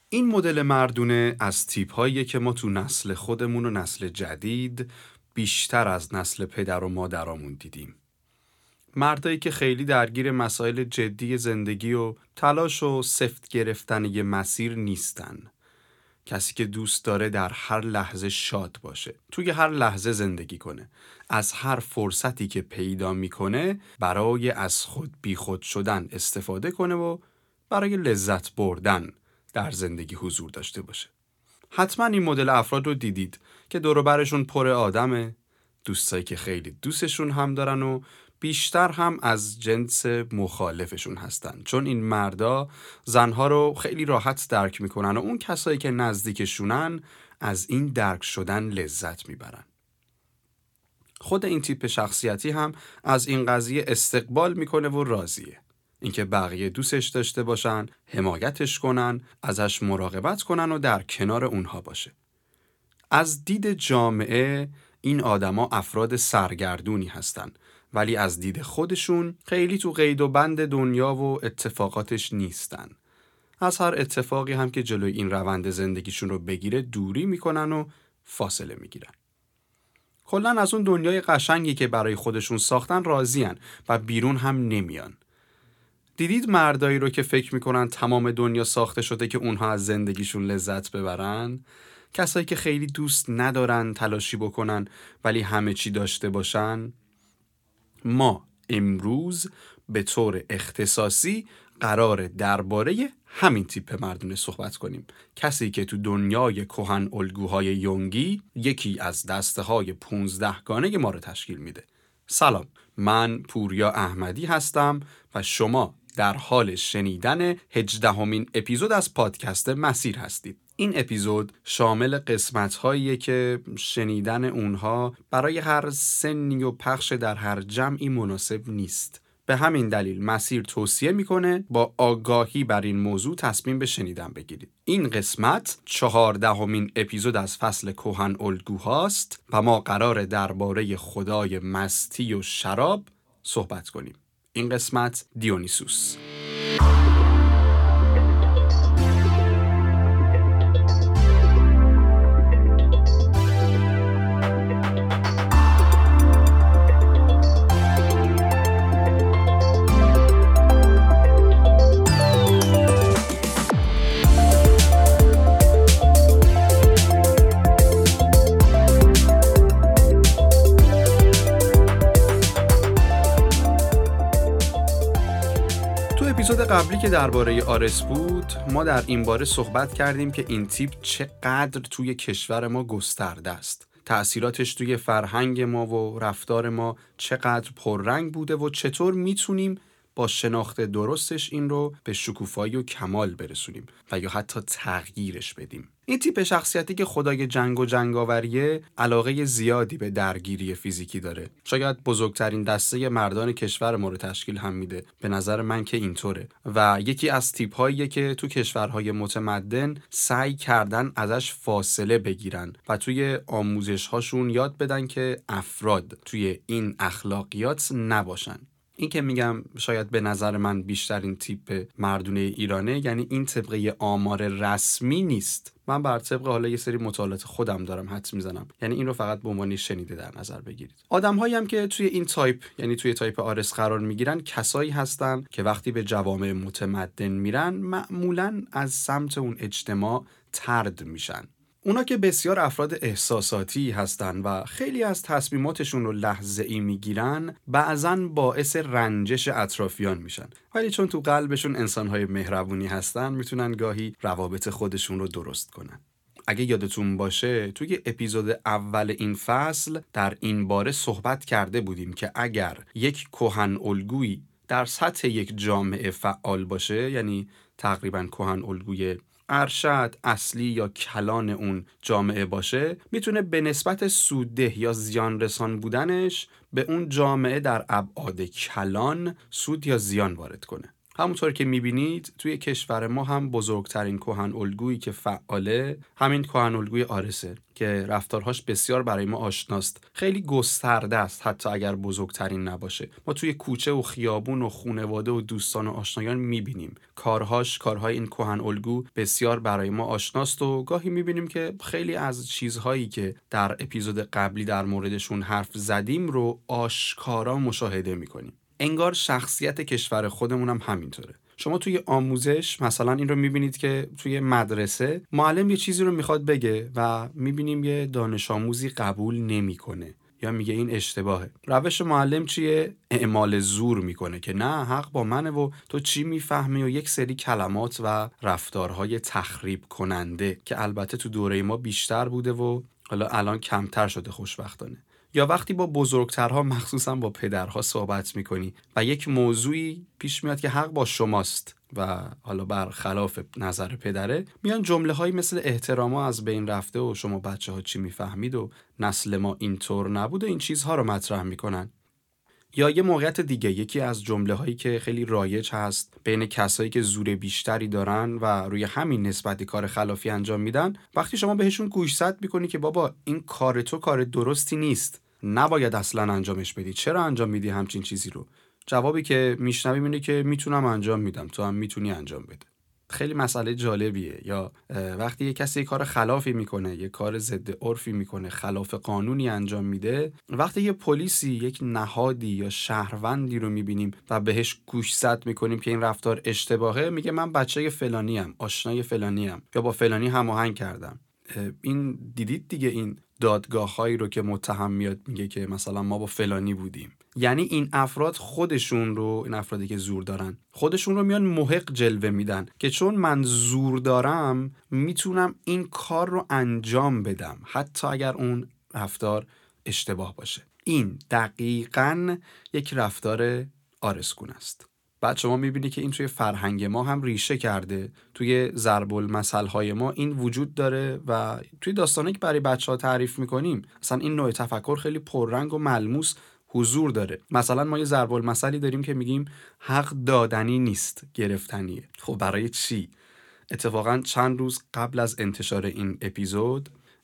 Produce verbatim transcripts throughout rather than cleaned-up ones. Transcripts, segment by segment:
این مدل مردونه از تیپ‌هاییه که ما تو نسل خودمون و نسل جدید بیشتر از نسل پدر و مادرامون دیدیم. مردایی که خیلی درگیر مسائل جدی زندگی و تلاش و سفت گرفتن یه مسیر نیستن. کسی که دوست داره در هر لحظه شاد باشه، توی هر لحظه زندگی کنه، از هر فرصتی که پیدا میکنه برای از خود بی خود شدن استفاده کنه و برای لذت بردن در زندگی حضور داشته باشه. حتما این مدل افراد رو دیدید که دور و برشون پر آدمه، دوستایی که خیلی دوستشون هم دارن و بیشتر هم از جنس مخالفشون هستن، چون این مردا زنها رو خیلی راحت درک میکنن و اون کسایی که نزدیکشونن از این درک شدن لذت میبرن. خود این تیپ شخصیتی هم از این قضیه استقبال میکنه و راضیه. اینکه بقیه دوستش داشته باشن، حمایتش کنن، ازش مراقبت کنن و در کنار اونها باشه. از دید جامعه این آدما افراد سرگردونی هستن، ولی از دید خودشون خیلی تو قید و بند دنیا و اتفاقاتش نیستن. از هر اتفاقی هم که جلوی این روند زندگیشون رو بگیره دوری میکنن و فاصله میگیرن. کلاً از اون دنیای قشنگی که برای خودشون ساختن راضین و بیرون هم نمیان. دیدید مردایی رو که فکر میکنن تمام دنیا ساخته شده که اونها از زندگیشون لذت ببرن؟ کسایی که خیلی دوست ندارن تلاشی بکنن ولی همه چی داشته باشن؟ ما امروز به طور اختصاصی قراره درباره همین تیپ مردونه صحبت کنیم. کسی که تو دنیای کهن الگوهای یونگی یکی از دسته های پونزدهگانه ما رو تشکیل میده. سلام، من پوریا احمدی هستم و شما در حال شنیدن هجدهمین اپیزود از پادکست مسیر هستید. این اپیزود شامل قسمت‌هاییه که شنیدن اونها برای هر سنی و پخش در هر جمعی مناسب نیست. به همین دلیل مسیر توصیه میکنه با آگاهی بر این موضوع تصمیم به شنیدن بگیرید. این قسمت چهاردهمین اپیزود از فصل کهن الگوهاست و ما قراره درباره خدای مستی و شراب صحبت کنیم. این قسمت دیونیسوس. اپیزود قبلی که درباره آرس بود، ما در این باره صحبت کردیم که این تیپ چقدر توی کشور ما گسترده است. تأثیراتش توی فرهنگ ما و رفتار ما چقدر پررنگ بوده و چطور میتونیم با شناخت درستش این رو به شکوفایی و کمال برسونیم و یا حتی تغییرش بدیم. این تیپ شخصیتی که خدای جنگ و جنگاوریه علاقه زیادی به درگیری فیزیکی داره. شاید بزرگترین دسته مردان کشور ما رو تشکیل هم میده. به نظر من که اینطوره و یکی از تیپ‌هاییه که تو کشورهای متمدن سعی کردن ازش فاصله بگیرن و توی آموزش‌هاشون یاد بدن که افراد توی این اخلاقیات نباشن. این که میگم شاید به نظر من بیشترین تیپ مردونه ایرانه، یعنی این طبقه آمار رسمی نیست. من بر طبق حالا یه سری مطالعات خودم دارم حدس میزنم، یعنی این رو فقط به عنوان شنیده در نظر بگیرید. آدم‌هایی هم که توی این تایپ، یعنی توی تایپ آرس قرار میگیرن، کسایی هستن که وقتی به جوامع متمدن میرن معمولاً از سمت اون اجتماع طرد میشن. اونا که بسیار افراد احساساتی هستن و خیلی از تصمیماتشون رو لحظه‌ای میگیرن، بعضن باعث رنجش اطرافیان میشن، ولی چون تو قلبشون انسانهای مهربونی هستن میتونن گاهی روابط خودشون رو درست کنن. اگه یادتون باشه توی اپیزود اول این فصل در این باره صحبت کرده بودیم که اگر یک کهن الگویی در سطح یک جامعه فعال باشه، یعنی تقریباً کهن الگوی ارشد اصلی یا کلان اون جامعه باشه، میتونه به نسبت سودده یا زیان رسان بودنش به اون جامعه در ابعاد کلان سود یا زیان وارد کنه. همونطور که میبینید توی کشور ما هم بزرگترین کهن الگویی که فعاله همین کهن الگوی آرسه که رفتارهاش بسیار برای ما آشناست. خیلی گسترده است حتی اگر بزرگترین نباشه. ما توی کوچه و خیابون و خانواده و دوستان و آشنایان میبینیم کارهاش کارهای این کهن الگو بسیار برای ما آشناست و گاهی میبینیم که خیلی از چیزهایی که در اپیزود قبلی در موردشون حرف زدیم رو آشکارا مشاهده میکنیم. انگار شخصیت کشور خودمون هم همینطوره. شما توی آموزش مثلا این رو میبینید که توی مدرسه معلم یه چیزی رو میخواد بگه و میبینیم یه دانش آموزی قبول نمیکنه یا میگه این اشتباهه. روش معلم چیه؟ اعمال زور میکنه که نه حق با منه و تو چی میفهمی و یک سری کلمات و رفتارهای تخریب کننده که البته تو دوره ما بیشتر بوده و حالا الان کمتر شده خوشبختانه. یا وقتی با بزرگترها مخصوصا با پدرها صحبت میکنی و یک موضوعی پیش میاد که حق با شماست و حالا برخلاف نظر پدره، میان جمله هایی مثل احتراما از بین رفته و شما بچه ها چی میفهمید و نسل ما اینطور نبود و این چیزها رو مطرح میکنن. یا یه موقعیت دیگه، یکی از جمله هایی که خیلی رایج هست بین کسایی که زور بیشتری دارن و روی همین نسبتی کار خلافی انجام میدن، وقتی شما بهشون گوشزد میکنی که بابا این کار تو کار درستی نیست، نباید اصلا انجامش بدی، چرا انجام میدی همچین چیزی رو؟ جوابی که میشنویم اینه که میتونم انجام میدم، تو هم میتونی انجام بده. خیلی مسئله جالبیه. یا وقتی یک کسی یک کار خلافی میکنه، یک کار ضد عرفی میکنه، خلاف قانونی انجام میده، وقتی یه پلیسی، یک نهادی یا شهروندی رو میبینیم و بهش گوشزد میکنیم که این رفتار اشتباهه، میگه من بچه فلانی ام، آشنای فلانی ام یا با فلانی هماهنگ کردم. این دیدید دیگه این دادگاه‌هایی رو که متهم میاد میگه که مثلا ما با فلانی بودیم. یعنی این افراد خودشون رو، این افرادی که زور دارن، خودشون رو میان محق جلوه میدن که چون من زور دارم میتونم این کار رو انجام بدم حتی اگر اون رفتار اشتباه باشه. این دقیقاً یک رفتار آرسگون است. بعد شما میبینی که این توی فرهنگ ما هم ریشه کرده، توی ضرب المثل‌های ما این وجود داره و توی داستانی که برای بچه‌ها تعریف میکنیم اصلا این نوع تفکر خیلی پررنگ و ملموس حضور داره. مثلا ما یه ضرب المثلی داریم که میگیم حق دادنی نیست، گرفتنیه. خب برای چی؟ اتفاقا چند روز قبل از انتشار این اپیزود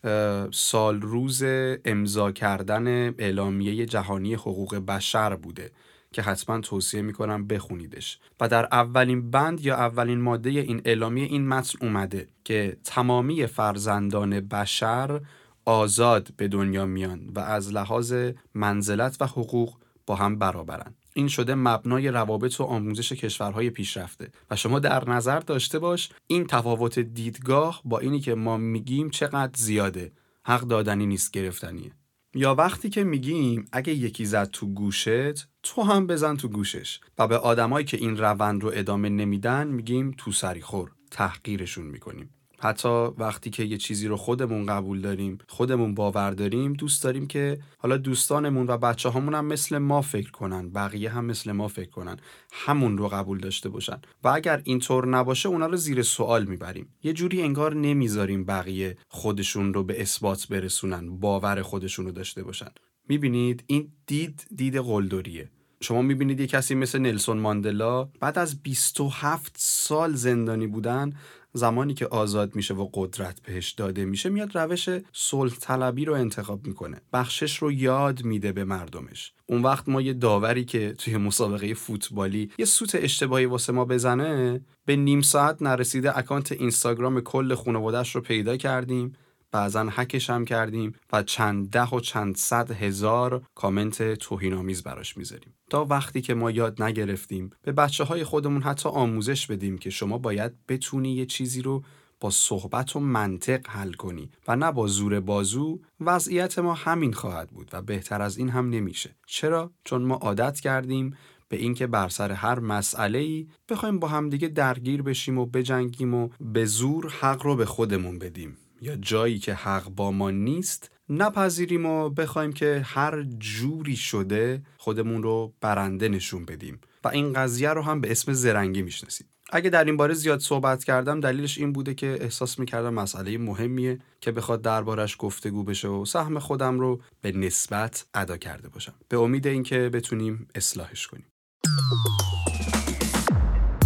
سال روز امضا کردن اعلامیه جهانی حقوق بشر بوده که حتما توصیه میکنم بخونیدش. و در اولین بند یا اولین ماده این اعلامیه این متن اومده که تمامی فرزندان بشر آزاد به دنیا میان و از لحاظ منزلت و حقوق با هم برابرن. این شده مبنای روابط و آموزش کشورهای پیشرفته و شما در نظر داشته باش این تفاوت دیدگاه با اینی که ما میگیم چقدر زیاده. حق دادنی نیست، گرفتنیه. یا وقتی که میگیم اگه یکی زد تو گوشت تو هم بزن تو گوشش و به آدمایی که این روند رو ادامه نمیدن میگیم تو سری خور، تحقیرشون میکنیم. حتی وقتی که یه چیزی رو خودمون قبول داریم، خودمون باور داریم، دوست داریم که حالا دوستانمون و بچه هامون هم مثل ما فکر کنن، بقیه هم مثل ما فکر کنن، همون رو قبول داشته باشن و اگر اینطور نباشه اونا رو زیر سوال میبریم. یه جوری انگار نمیذاریم بقیه خودشون رو به اثبات برسونن، باور خودشون رو داشته باشن. میبینید این دید دید قلدریه. شما میبینید یه کسی مثل نلسون ماندلا بعد از بیست و هفت سال زندانی بودن، زمانی که آزاد میشه و قدرت بهش داده میشه، میاد روش صلح طلبی رو انتخاب میکنه، بخشش رو یاد میده به مردمش. اون وقت ما یه داوری که توی مسابقه فوتبالی یه سوت اشتباهی واسه ما بزنه، به نیم ساعت نرسیده اکانت اینستاگرام کل خانواده‌اش رو پیدا کردیم، بعضن هکش هم کردیم و چند ده و چند صد هزار کامنت توهین‌آمیز براش میذاریم. تا وقتی که ما یاد نگرفتیم به بچه های خودمون حتی آموزش بدیم که شما باید بتونی یه چیزی رو با صحبت و منطق حل کنی و نه با زور بازو، وضعیت ما همین خواهد بود و بهتر از این هم نمیشه. چرا؟ چون ما عادت کردیم به این که بر سر هر مسئله‌ای بخوایم با هم دیگه درگیر بشیم و بجنگیم و به زور حق رو به خودمون بدیم، یا جایی که حق با ما نیست نپذیریم و بخوایم که هر جوری شده خودمون رو برنده نشون بدیم و این قضیه رو هم به اسم زرنگی میشناسیم. اگه در این باره زیاد صحبت کردم دلیلش این بوده که احساس میکردم مسئله مهمیه که بخواد دربارش گفتگو بشه و سهم خودم رو به نسبت ادا کرده باشم، به امید اینکه بتونیم اصلاحش کنیم.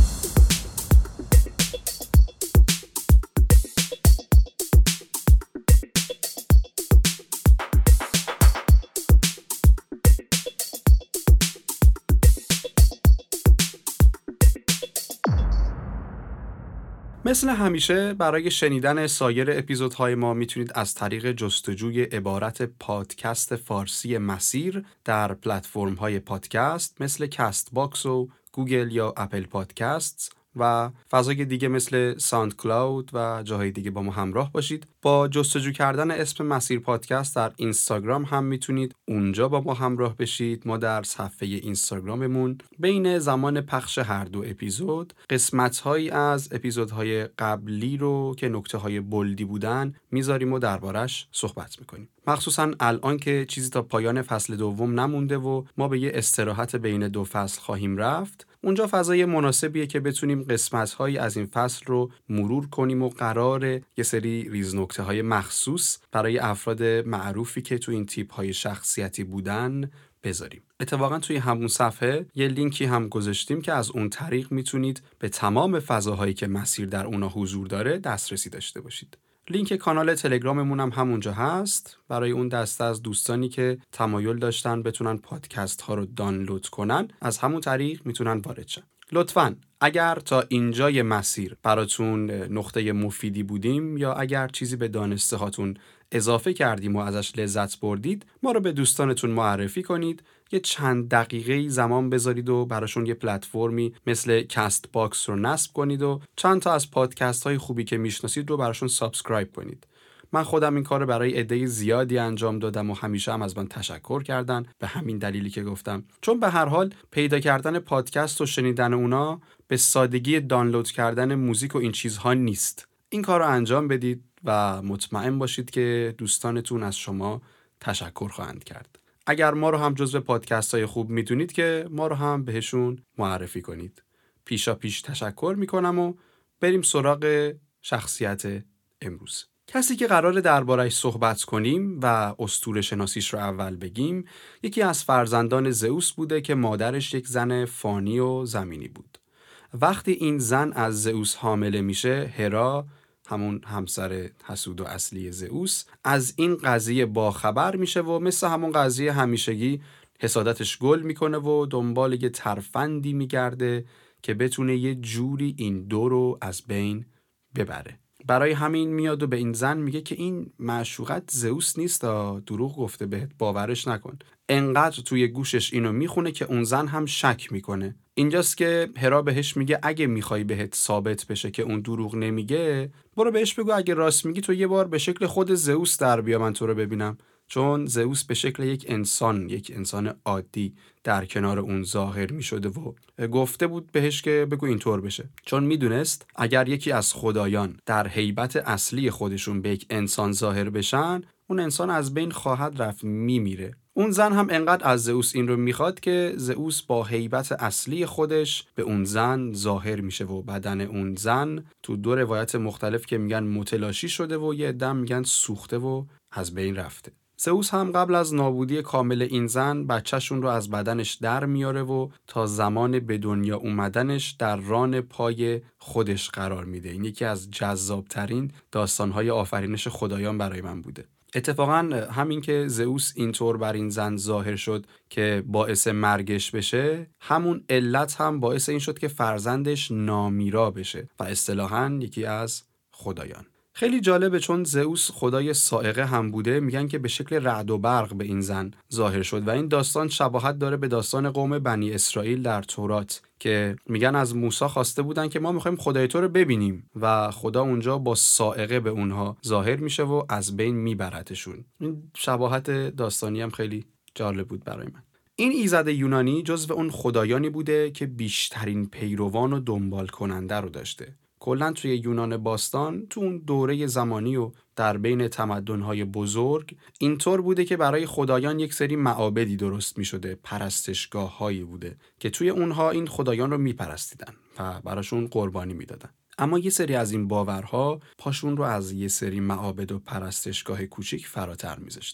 مثل همیشه برای شنیدن سایر اپیزودهای ما میتونید از طریق جستجوی عبارت پادکست فارسی مسیر در پلتفرم‌های پادکست مثل کست باکس و گوگل یا اپل پادکست و فضای دیگه مثل ساوند کلاود و جاهای دیگه با ما همراه باشید. با جستجو کردن اسم مسیر پادکست در اینستاگرام هم میتونید اونجا با ما همراه بشید. ما در صفحه اینستاگراممون بین زمان پخش هر دو اپیزود قسمت‌هایی از اپیزودهای قبلی رو که نکته‌های بولدی بودن میذاریم و دربارش صحبت میکنیم. مخصوصا الان که چیزی تا پایان فصل دوم نمونده و ما به یه استراحت بین دو فصل خواهیم رفت، اونجا فضای مناسبیه که بتونیم قسمت‌هایی از این فصل رو مرور کنیم و قراره یه سری ریزنکته‌های مخصوص برای افراد معروفی که تو این تیپ‌های شخصیتی بودن بذاریم. اتفاقا توی همون صفحه یه لینکی هم گذاشتیم که از اون طریق میتونید به تمام فضاهایی که مسیر در اونا حضور داره دسترسی داشته باشید. لینک کانال تلگراممون هم همونجا هست برای اون دسته از دوستانی که تمایل داشتن بتونن پادکست ها رو دانلود کنن، از همون طریق میتونن وارد شن. لطفاً اگر تا اینجای مسیر براتون نقطه مفیدی بودیم یا اگر چیزی به دانسته هاتون اضافه کردیم و ازش لذت بردید، ما رو به دوستانتون معرفی کنید. یه چند دقیقه زمان بذارید و براشون یه پلتفرمی مثل کست باکس رو نصب کنید و چند تا از پادکست های خوبی که میشناسید رو براشون سابسکرایب کنید. من خودم این کار رو برای عده زیادی انجام دادم و همیشه هم از من تشکر کردن، به همین دلیلی که گفتم. چون به هر حال پیدا کردن پادکست و شنیدن اونا به سادگی دانلود کردن موزیک و این چیزها نیست. این کار رو انجام بدید و مطمئن باشید که دوستانتون از شما تشکر خواهند کرد. اگر ما رو هم جزو پادکست های خوب میدونید که ما رو هم بهشون معرفی کنید. پیشا پیش تشکر میکنم و بریم سراغ شخصیت امروز. کسی که قراره درباره‌اش صحبت کنیم و اسطوره شناسیش رو اول بگیم، یکی از فرزندان زئوس بوده که مادرش یک زن فانی و زمینی بود. وقتی این زن از زئوس حامله میشه، هرا، همون همسر حسود و اصلی زئوس، از این قضیه باخبر میشه و مثل همون قضیه همیشگی حسادتش گل میکنه و دنبال یه ترفندی میگرده که بتونه یه جوری این دو رو از بین ببره. برای همین میاد و به این زن میگه که این معشوقت زئوس نیست، دروغ گفته بهت، باورش نکن. انقدر توی گوشش اینو میخونه که اون زن هم شک میکنه. اینجاست که هرا بهش میگه اگه میخوای بهت ثابت بشه که اون دروغ نمیگه، برو بهش بگو اگه راست میگی تو یه بار به شکل خود زئوس در بیا من تو رو ببینم. چون زئوس به شکل یک انسان، یک انسان عادی در کنار اون ظاهر می شده و گفته بود بهش که بگو اینطور بشه. چون میدونست اگر یکی از خدایان در هیبت اصلی خودشون به یک انسان ظاهر بشن، اون انسان از بین خواهد رفت، میمیره. اون زن هم انقدر از زئوس این رو میخواد که زئوس با هیبت اصلی خودش به اون زن ظاهر میشه و بدن اون زن تو دو روایت مختلف که میگن متلاشی شده و یه عده میگن سوخته و از بین رفته. زئوس هم قبل از نابودی کامل این زن بچهشون رو از بدنش در میاره و تا زمان به دنیا اومدنش در ران پای خودش قرار میده. این یکی از جذابترین داستانهای آفرینش خدایان برای من بوده. اتفاقا همین که زئوس اینطور بر این زن ظاهر شد که باعث مرگش بشه، همون علت هم باعث این شد که فرزندش نامیرا بشه و اصطلاحاً یکی از خدایان. خیلی جالبه چون زئوس خدای صاعقه هم بوده، میگن که به شکل رعد و برق به این زن ظاهر شد و این داستان شباهت داره به داستان قوم بنی اسرائیل در تورات که میگن از موسی خواسته بودن که ما میخوایم خدای تو رو ببینیم و خدا اونجا با صاعقه به اونها ظاهر میشه و از بین میبرتشون. این شباهت داستانی هم خیلی جالب بود برای من. این ایزد یونانی جزو اون خدایانی بوده که بیشترین پیروان و دنبال کننده رو داشته. کلاً توی یونان باستان تو اون دوره زمانی و در بین تمدن‌های بزرگ اینطور بوده که برای خدایان یک سری معابدی درست می‌شده، پرستشگاه‌هایی بوده که توی اونها این خدایان رو می‌پرستیدن و براشون قربانی می‌دادن. اما یه سری از این باورها پاشون رو از یه سری معابد و پرستشگاه کوچیک فراتر می‌ذاشتن.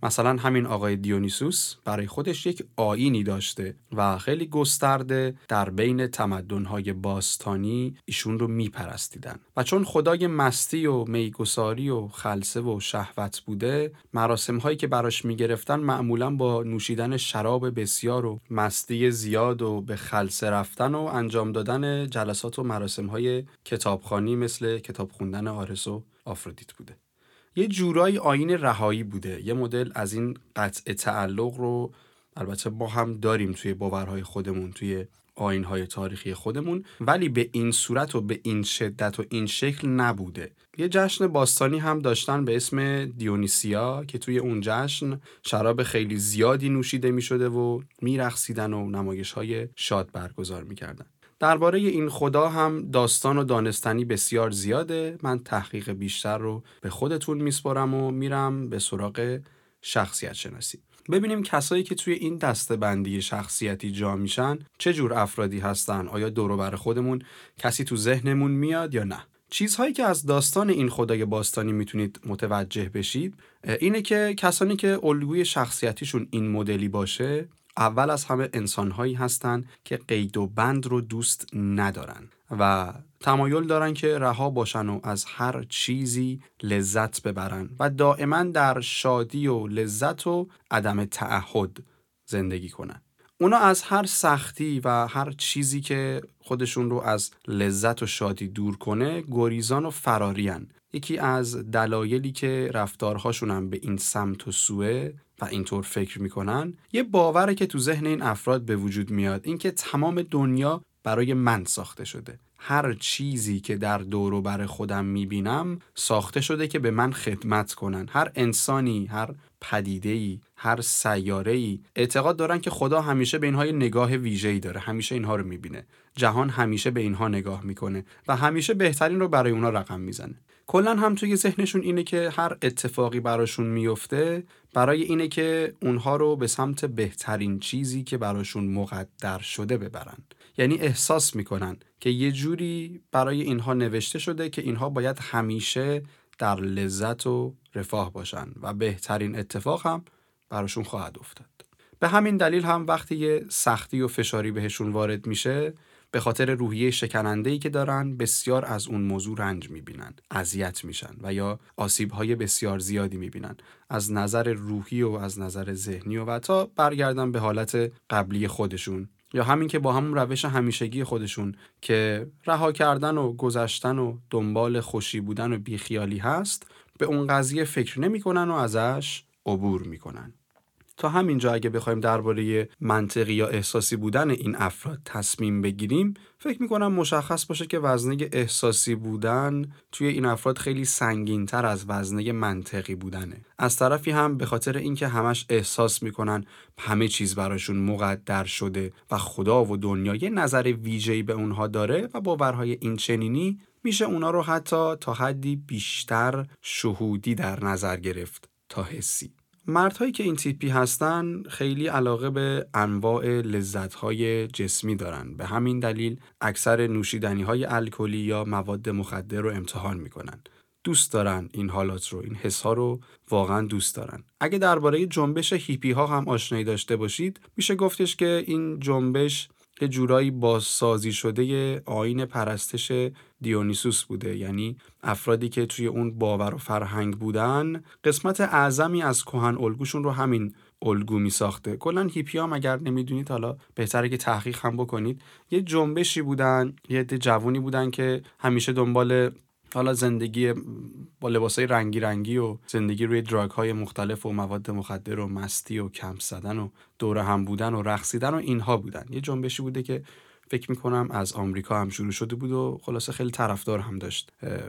مثلا همین آقای دیونیسوس برای خودش یک آیینی داشته و خیلی گسترده در بین تمدن‌های باستانی ایشون رو میپرستیدن و چون خدای مستی و میگساری و خلسه و شهوت بوده، مراسم‌هایی که براش میگرفتن معمولاً با نوشیدن شراب بسیار و مستی زیاد و به خلسه رفتن و انجام دادن جلسات و مراسم‌های کتابخوانی مثل کتاب خوندن آرس و آفرودیت بوده. یه جورایی آیین رهایی بوده. یه مدل از این قطع تعلق رو البته ما هم داریم توی باورهای خودمون، توی آیین‌های تاریخی خودمون، ولی به این صورت و به این شدت و این شکل نبوده. یه جشن باستانی هم داشتن به اسم دیونیسیا که توی اون جشن شراب خیلی زیادی نوشیده می شده و می رقصیدن و نمایش‌های شاد برگزار می کردن. درباره این خدا هم داستان و دانستنی بسیار زیاده. من تحقیق بیشتر رو به خودتون میسپارم و میرم به سراغ شخصیت شناسی. ببینیم کسایی که توی این دسته‌بندی شخصیتی جا میشن چه جور افرادی هستن. آیا دور و بر خودمون کسی تو ذهنمون میاد یا نه؟ چیزهایی که از داستان این خدای باستانی میتونید متوجه بشید اینه که کسانی که الگوی شخصیتیشون این مدلی باشه، اول از همه انسان‌هایی هستن که قید و بند رو دوست ندارن و تمایل دارن که رها باشن و از هر چیزی لذت ببرن و دائما در شادی و لذت و عدم تعهد زندگی کنن. اونا از هر سختی و هر چیزی که خودشون رو از لذت و شادی دور کنه گریزان و فرارین. یکی از دلایلی که رفتارهاشون هم به این سمت و سوه و اینطور فکر میکنن یه باوره که تو ذهن این افراد به وجود میاد، این که تمام دنیا برای من ساخته شده. هر چیزی که در دور و بر خودم میبینم ساخته شده که به من خدمت کنن. هر انسانی، هر پدیده‌ای، هر سیاره‌ای اعتقاد دارن که خدا همیشه به اینها نگاه ویژه‌ای داره، همیشه اینها رو میبینه. جهان همیشه به اینها نگاه میکنه و همیشه بهترین رو برای اونها رقم میزنه. کلاً هم توی ذهنشون اینه که هر اتفاقی براشون میفته برای اینه که اونها رو به سمت بهترین چیزی که براشون مقدر شده ببرن. یعنی احساس میکنن که یه جوری برای اینها نوشته شده که اینها باید همیشه در لذت و رفاه باشن و بهترین اتفاق هم براشون خواهد افتاد. به همین دلیل هم وقتی یه سختی و فشاری بهشون وارد میشه، به خاطر روحیه شکننده‌ای که دارن بسیار از اون موضوع رنج میبینن، اذیت میشن و یا آسیب‌های بسیار زیادی میبینن از نظر روحی و از نظر ذهنی و تا برگردن به حالت قبلی خودشون، یا همین که با همون روش همیشگی خودشون که رها کردن و گذشتن و دنبال خوشی بودن و بیخیالی هست، به اون قضیه فکر نمی‌کنن و ازش عبور میکنن. تا همینجا اگه بخوایم درباره منطقی یا احساسی بودن این افراد تصمیم بگیریم، فکر میکنم مشخص باشه که وزنه احساسی بودن توی این افراد خیلی سنگین‌تر از وزنه منطقی بودنه. از طرفی هم به خاطر اینکه همش احساس میکنن همه چیز براشون مقدر شده و خدا و دنیا یه نظر ویژه‌ای به اونها داره و باورهای این چنینی میشه اونا رو حتی تا حدی بیشتر شهودی در نظر گرفت تا حسی. مردهایی که این تیپی هستن خیلی علاقه به انواع لذت‌های جسمی دارن. به همین دلیل اکثر نوشیدنی‌های الکلی یا مواد مخدر رو امتحان میکنن. دوست دارن این حالات رو، این حس‌ها رو واقعا دوست دارن. اگه درباره جنبش هیپی ها هم آشنایی داشته باشید، میشه گفتش که این جنبش یه جورایی بازسازی شده آیین پرستش دیونیسوس بوده. یعنی افرادی که توی اون باور و فرهنگ بودن قسمت اعظمی از کهن الگوشون رو همین الگو می ساخته. کلاً هیپی هم اگر نمیدونید، حالا بهتره که تحقیق هم بکنید، یه جنبشی بودن، یه عده جوونی بودن که همیشه دنبال حالا زندگی با لباسای رنگی رنگی و زندگی روی دراگ های مختلف و مواد مخدر و مستی و کمپ زدن و دور هم بودن و رقصیدن و اینها بودن. یه جنبشی بوده که فکر میکنم از آمریکا هم شروع شده بود و خلاصه خیلی طرفدار هم داشت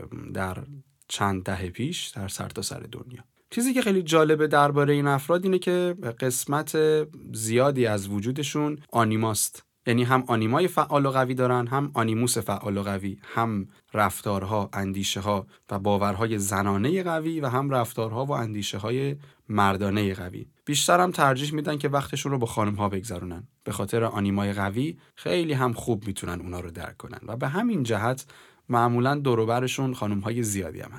در چند دهه پیش در سرتاسر سر دنیا. چیزی که خیلی جالبه درباره این افراد اینه که قسمت زیادی از وجودشون آنیماست. یعنی هم آنیمای فعال و قوی دارن، هم آنیموس فعال و قوی، هم رفتارها، اندیشه ها و باورهای زنانه قوی و هم رفتارها و اندیشه های مردانه قوی. بیشتر هم ترجیح میدن که وقتشون رو با خانم ها بگذرونن. به خاطر آنیمای قوی خیلی هم خوب میتونن اونا رو درک کنن و به همین جهت معمولاً دور و برشون خانم های زیادی هم هستن.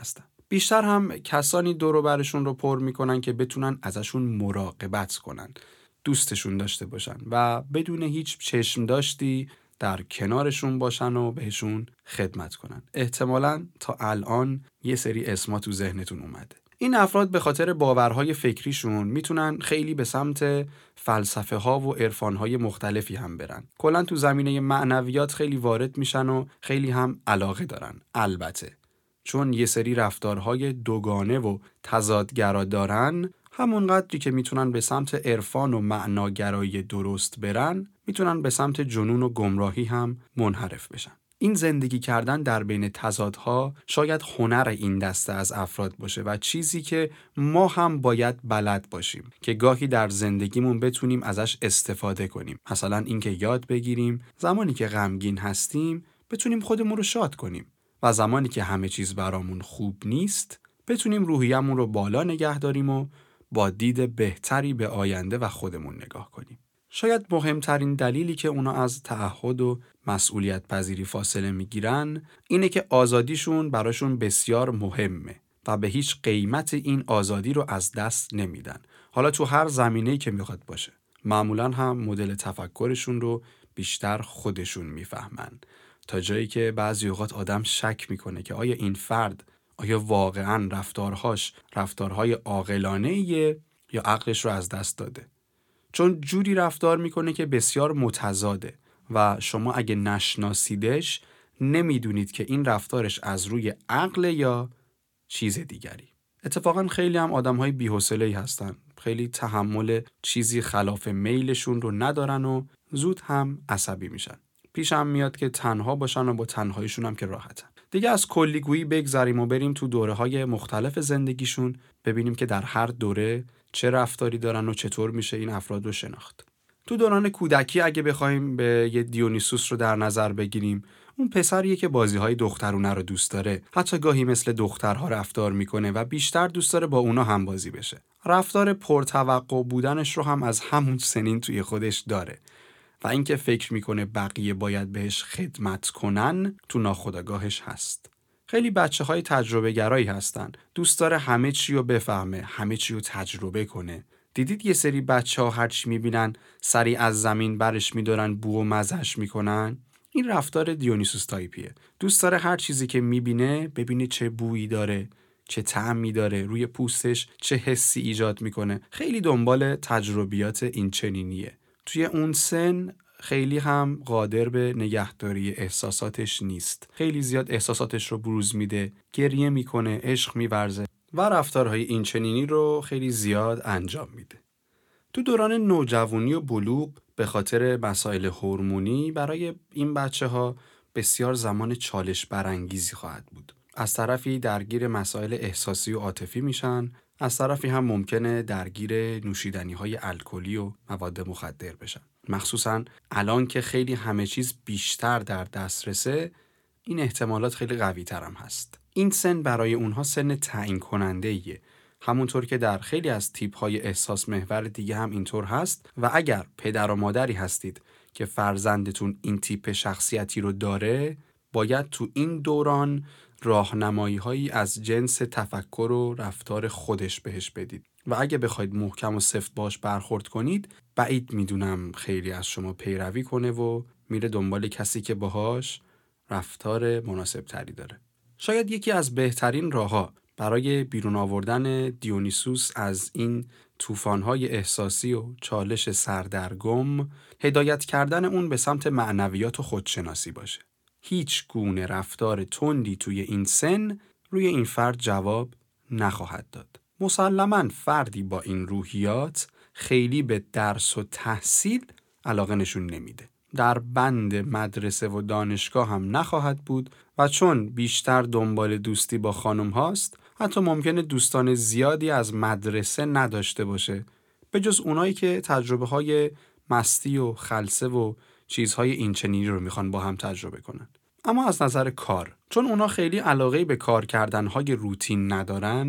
بیشتر هم کسانی دور و برشون رو پر میکنن که بتونن ازشون مراقبت کنن، دوستشون داشته باشن و بدون هیچ چشم داشتی در کنارشون باشن و بهشون خدمت کنن. احتمالاً تا الان یه سری اسما تو ذهنتون اومده. این افراد به خاطر باورهای فکریشون میتونن خیلی به سمت فلسفه ها و عرفان های مختلفی هم برن. کلاً تو زمینه معنویات خیلی وارد میشن و خیلی هم علاقه دارن. البته چون یه سری رفتارهای دوگانه و تضادگرا دارن، همون قدری که میتونن به سمت عرفان و معناگرایی درست برن، میتونن به سمت جنون و گمراهی هم منحرف بشن. این زندگی کردن در بین تضادها شاید هنر این دسته از افراد باشه و چیزی که ما هم باید بلد باشیم که گاهی در زندگیمون بتونیم ازش استفاده کنیم. مثلا اینکه یاد بگیریم زمانی که غمگین هستیم بتونیم خودمون رو شاد کنیم و زمانی که همه چیز برامون خوب نیست بتونیم روحیه‌مون رو بالا نگه داریم و با دید بهتری به آینده و خودمون نگاه کنیم. شاید مهمترین دلیلی که اونا از تعهد و مسئولیت پذیری فاصله میگیرن اینه که آزادیشون براشون بسیار مهمه و به هیچ قیمت این آزادی رو از دست نمیدن. حالا تو هر زمینه‌ای که میخواد باشه. معمولاً هم مدل تفکرشون رو بیشتر خودشون میفهمن، تا جایی که بعضی اوقات آدم شک میکنه که آیا این فرد آیا واقعاً رفتارهاش رفتارهای عاقلانه‌ایه یا عقلش رو از دست داده. چون جوری رفتار میکنه که بسیار متضاده و شما اگه نشناسیدش نمیدونید که این رفتارش از روی عقل یا چیز دیگری. اتفاقا خیلی هم آدم‌های بی‌حوصله‌ای هستن، خیلی تحمل چیزی خلاف میلشون رو ندارن و زود هم عصبی میشن. پیشم میاد که تنها باشن و با تنهاییشون هم که راحتن. دیگه از کلیگویی بگذریم و بریم تو دوره‌های مختلف زندگیشون، ببینیم که در هر دوره چه رفتاری دارن و چطور میشه این افراد رو شناخت. تو دوران کودکی اگه بخوایم به یه دیونیسوس رو در نظر بگیریم، اون پسریه که بازی‌های دخترونه رو دوست داره، حتی گاهی مثل دخترها رفتار میکنه و بیشتر دوست داره با اونا هم بازی بشه. رفتار پرتوقع بودنش رو هم از همون سنین توی خودش داره و اینکه فکر میکنه بقیه باید بهش خدمت کنن تو ناخودآگاهش هست. خیلی بچه‌های تجربه گرایی هستن، دوست داره همه چی رو بفهمه، همه چی رو تجربه کنه. دیدید یه سری بچه‌ها هر چی میبینن سریع از زمین برش میدارن، بو و مزهش میکنن؟ این رفتار دیونیسوس تایپیه. دوست داره هر چیزی که میبینه ببینه چه بویی داره، چه طعمی داره، روی پوستش چه حسی ایجاد میکنه. خیلی دنبال تجربیات این چنینیه. توی اون سن خیلی هم قادر به نگهداری احساساتش نیست. خیلی زیاد احساساتش رو بروز میده، گریه میکنه، عشق میورزه و رفتارهای این چنینی رو خیلی زیاد انجام میده. تو دوران نوجوانی و بلوغ به خاطر مسائل هورمونی برای این بچه‌ها بسیار زمان چالش برانگیزی خواهد بود. از طرفی درگیر مسائل احساسی و عاطفی میشن، از طرفی هم ممکنه درگیر نوشیدنی‌های الکلی و مواد مخدر بشن. مخصوصاً الان که خیلی همه چیز بیشتر در دسترسه، این احتمالات خیلی قوی‌تر هم هست. این سن برای اونها سن تعیین کننده‌ایه. همونطور که در خیلی از تیپ‌های احساس محور دیگه هم اینطور هست و اگر پدر و مادری هستید که فرزندتون این تیپ شخصیتی رو داره، باید تو این دوران راهنمایی‌هایی از جنس تفکر و رفتار خودش بهش بدید و اگه بخواید محکم و سفت باش برخورد کنید، بعید میدونم خیلی از شما پیروی کنه و میره دنبال کسی که باهاش رفتار مناسب تری داره. شاید یکی از بهترین راه‌ها برای بیرون آوردن دیونیسوس از این طوفان‌های احساسی و چالش سردرگم، هدایت کردن اون به سمت معنویات و خودشناسی باشه. هیچ گونه رفتار تندی توی این سن روی این فرد جواب نخواهد داد. مسلماً فردی با این روحیات خیلی به درس و تحصیل علاقه نشون نمیده. در بند مدرسه و دانشگاه هم نخواهد بود و چون بیشتر دنبال دوستی با خانم هاست، حتی ممکنه دوستان زیادی از مدرسه نداشته باشه، به جز اونایی که تجربه های مستی و خلسه و چیزهای این چنینی رو میخوان با هم تجربه کنن. اما از نظر کار، چون اونا خیلی علاقه به کار کردنهای روتین ندارن،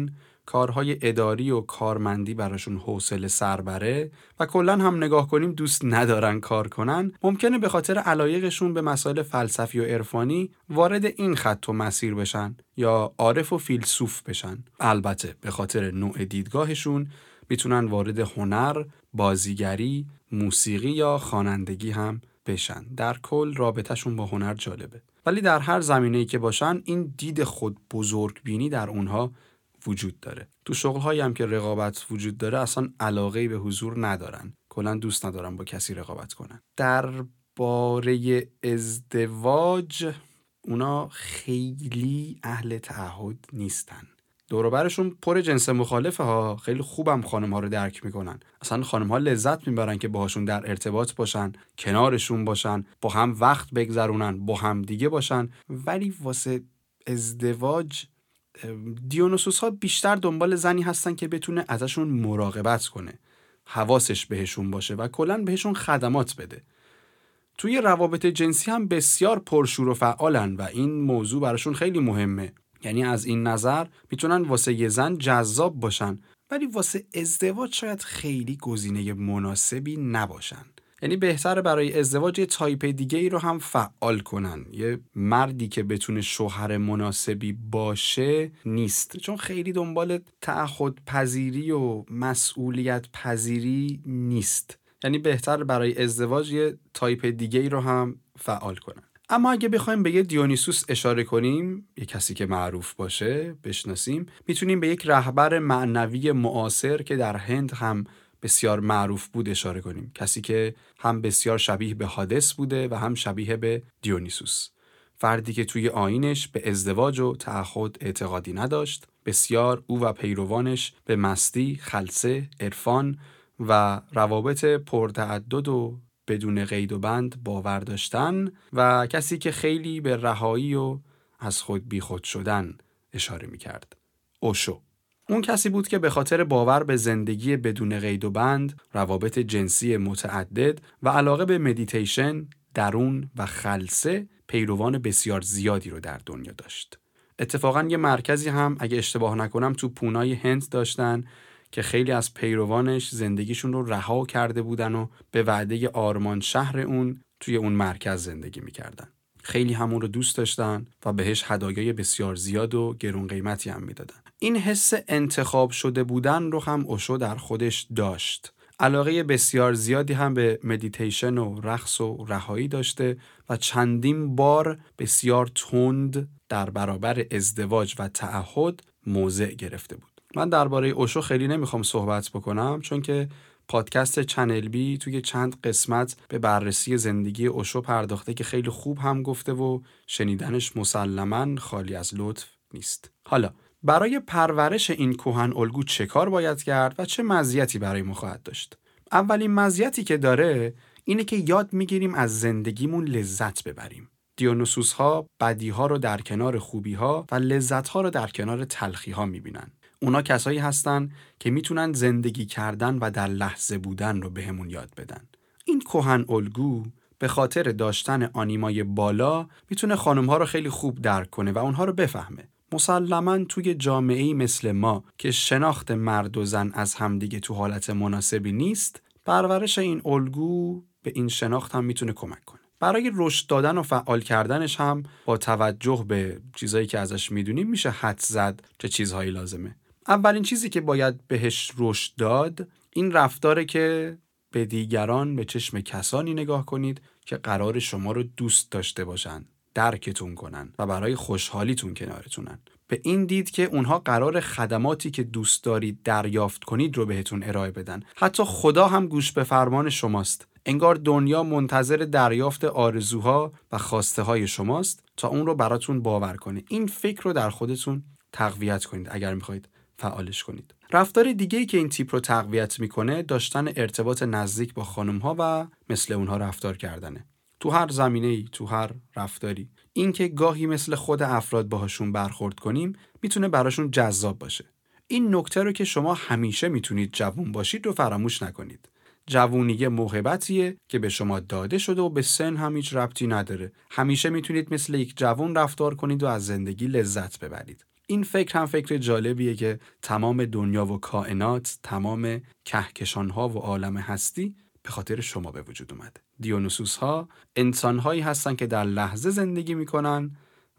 کارهای اداری و کارمندی براشون حوصله سر بره و کلاً هم نگاه کنیم دوست ندارن کار کنن، ممکنه به خاطر علایقشون به مسائل فلسفی و عرفانی وارد این خط و مسیر بشن یا عارف و فیلسوف بشن. البته به خاطر نوع دیدگاهشون میتونن وارد هنر، بازیگری، موسیقی یا خوانندگی هم بشن. در کل رابطهشون با هنر جالبه. ولی در هر زمینه‌ای که باشن این دید خود بزرگ بینی در اونها وجود داره. تو شغل‌هایی هم که رقابت وجود داره اصلا علاقه‌ای به حضور ندارن. کلاً دوست ندارن با کسی رقابت کنن. در باره ازدواج اونا خیلی اهل تعهد نیستن. دور و برشون پر جنس مخالفه ها. خیلی خوبم خانم ها رو درک میکنن. اصلا خانم ها لذت میبرن که باهاشون در ارتباط باشن، کنارشون باشن، با هم وقت بگذرونن، با هم دیگه باشن. ولی واسه ازدواج دیونوسوس ها بیشتر دنبال زنی هستن که بتونه ازشون مراقبت کنه، حواسش بهشون باشه و کلاً بهشون خدمات بده. توی روابط جنسی هم بسیار پرشور و فعالن و این موضوع براشون خیلی مهمه. یعنی از این نظر میتونن واسه یه زن جذاب باشن ولی واسه ازدواج شاید خیلی گزینه مناسبی نباشن. یعنی بهتره برای ازدواج یه تایپ دیگه ای رو هم فعال کنن. یه مردی که بتونه شوهر مناسبی باشه نیست، چون خیلی دنبال تعهد پذیری و مسئولیت پذیری نیست. یعنی بهتر برای ازدواج یه تایپ دیگه ای رو هم فعال کنن. اما اگه بخوایم به یه دیونیسوس اشاره کنیم، یه کسی که معروف باشه بشناسیم، میتونیم به یک رهبر معنوی معاصر که در هند هم بسیار معروف بود اشاره کنیم. کسی که هم بسیار شبیه به هادس بوده و هم شبیه به دیونیسوس. فردی که توی آیینش به ازدواج و تعهد اعتقادی نداشت. بسیار او و پیروانش به مستی، خلسه، عرفان و روابط پرتعدد و بدون قید و بند باور داشتن و کسی که خیلی به رهایی و از خود بی خود شدن اشاره می کرد. اوشو. اون کسی بود که به خاطر باور به زندگی بدون قید و بند، روابط جنسی متعدد و علاقه به مدیتیشن، درون و خلسه پیروان بسیار زیادی رو در دنیا داشت. اتفاقاً یه مرکزی هم اگه اشتباه نکنم تو پونای هند داشتن که خیلی از پیروانش زندگیشون رو رها کرده بودن و به وعده آرمان شهر اون توی اون مرکز زندگی میکردن. خیلی همون رو دوست داشتن و بهش هدایای بسیار زیاد و گرون قیمتی هم میدادن. این حس انتخاب شده بودن رو هم اوشو در خودش داشت. علاقه بسیار زیادی هم به مدیتیشن و رقص و رهایی داشته و چندین بار بسیار تند در برابر ازدواج و تعهد موضع گرفته بود. من درباره اوشو خیلی نمیخوام صحبت بکنم چون که پادکست چنل بی توی چند قسمت به بررسی زندگی اوشو پرداخته که خیلی خوب هم گفته و شنیدنش مسلماً خالی از لطف نیست. حالا برای پرورش این کهن الگو چه کار باید کرد و چه مزیتی برای ما خواهد داشت؟ اولین مزیتی که داره اینه که یاد میگیریم از زندگیمون لذت ببریم. دیونوسوس ها بدی ها رو در کنار خوبی ها و لذت ها رو در کنار تلخی ها میبینن. اونا کسایی هستن که میتونن زندگی کردن و در لحظه بودن رو بهمون یاد بدن. این کهن الگو به خاطر داشتن آنیمای بالا میتونه خانم‌ها رو خیلی خوب درک کنه و اونها رو بفهمه. مسلماً توی جامعه‌ای مثل ما که شناخت مرد و زن از همدیگه تو حالت مناسبی نیست، پرورش این الگو به این شناخت هم میتونه کمک کنه. برای رشد دادن و فعال کردنش هم با توجه به چیزایی که ازش میدونیم میشه حدس زد چه چیزهایی لازمه. اولین چیزی که باید بهش رشد داد این رفتاره که به دیگران به چشم کسانی نگاه کنید که قرار شما رو دوست داشته باشن، درکتون کنن و برای خوشحالیتون کنارتونن. به این دید که اونها قرار خدماتی که دوست دارید دریافت کنید رو بهتون ارائه بدن. حتی خدا هم گوش به فرمان شماست. انگار دنیا منتظر دریافت آرزوها و خواسته های شماست تا اون رو براتون باور کنه. این فکر رو در خودتون تقویت کنید اگر میخواید فعالش کنید. رفتار دیگه‌ای که این تیپ رو تقویت میکنه داشتن ارتباط نزدیک با خانم‌ها و مثل اونها رفتار کردنه. تو هر زمینه‌ای، تو هر رفتاری. این که گاهی مثل خود افراد باهاشون برخورد کنیم میتونه براشون جذاب باشه. این نکته رو که شما همیشه میتونید جوون باشید رو فراموش نکنید. جوونی موهبتیه که به شما داده شده و به سن هم هیچ ربطی نداره. همیشه میتونید مثل یک جوون رفتار کنید و از زندگی لذت ببرید. این فکر هم فکر جالبیه که تمام دنیا و کائنات، تمام کهکشان‌ها و عالم هستی به خاطر شما به وجود اومده. دیونوسوس‌ها انسان‌هایی هستن که در لحظه زندگی میکنن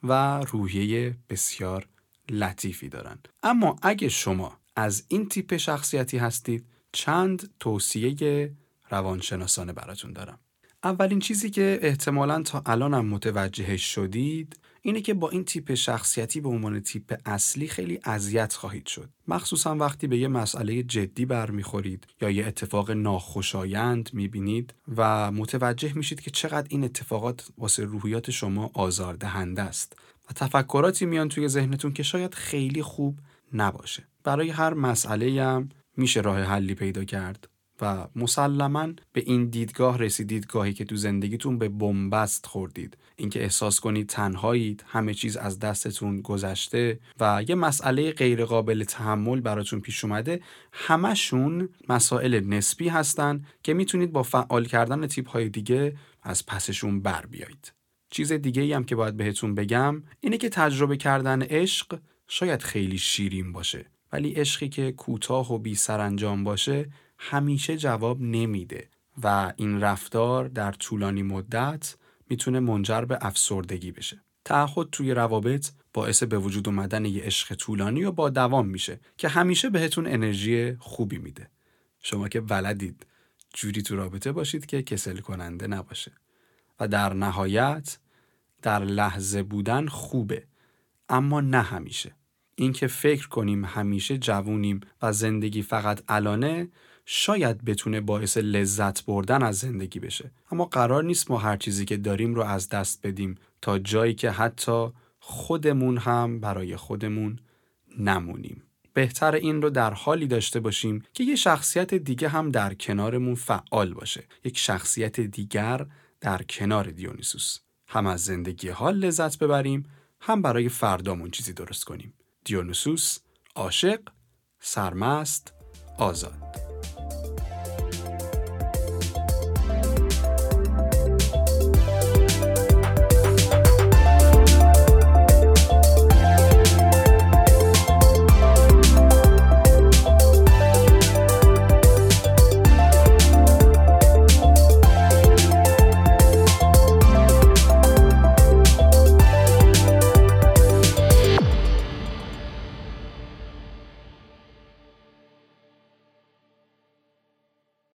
و روحیه بسیار لطیفی دارن. اما اگه شما از این تیپ شخصیتی هستید، چند توصیه روانشناسانه براتون دارم. اولین چیزی که احتمالاً تا الانم متوجهش شدید اینه که با این تیپ شخصیتی به عنوان تیپ اصلی خیلی اذیت خواهید شد. مخصوصا وقتی به یه مسئله جدی برمیخورید یا یه اتفاق ناخوشایند میبینید و متوجه میشید که چقدر این اتفاقات واسه روحیات شما آزاردهنده است و تفکراتی میان توی ذهنتون که شاید خیلی خوب نباشه. برای هر مسئله هم میشه راه حلی پیدا کرد و مسلماً به این دیدگاه رسیدید گاهی که تو زندگیتون به بنبست خوردید، اینکه احساس کنید تنهایید، همه چیز از دستتون گذشته و یه مسئله غیر قابل تحمل براتون پیش اومده، همشون مسائل نسبی هستن که میتونید با فعال کردن تیپ‌های دیگه از پسشون بر بیایید. چیز دیگه‌ای هم که باید بهتون بگم اینه که تجربه کردن عشق شاید خیلی شیرین باشه، ولی عشقی که کوتاه و بی سرانجام باشه همیشه جواب نمیده و این رفتار در طولانی مدت میتونه منجر به افسردگی بشه. تعهد توی روابط باعث به وجود اومدن یه عشق طولانی و با دوام میشه که همیشه بهتون انرژی خوبی میده. شما که بلدید جوری تو رابطه باشید که کسل کننده نباشه و در نهایت در لحظه بودن خوبه، اما نه همیشه. این که فکر کنیم همیشه جوونیم و زندگی فقط الانه شاید بتونه باعث لذت بردن از زندگی بشه، اما قرار نیست ما هر چیزی که داریم رو از دست بدیم تا جایی که حتی خودمون هم برای خودمون نمونیم. بهتر این رو در حالی داشته باشیم که یه شخصیت دیگه هم در کنارمون فعال باشه، یک شخصیت دیگر در کنار دیونیسوس، هم از زندگی حال لذت ببریم، هم برای فردامون چیزی درست کنیم. دیونیسوس، عاشق، سرمست، آزاد.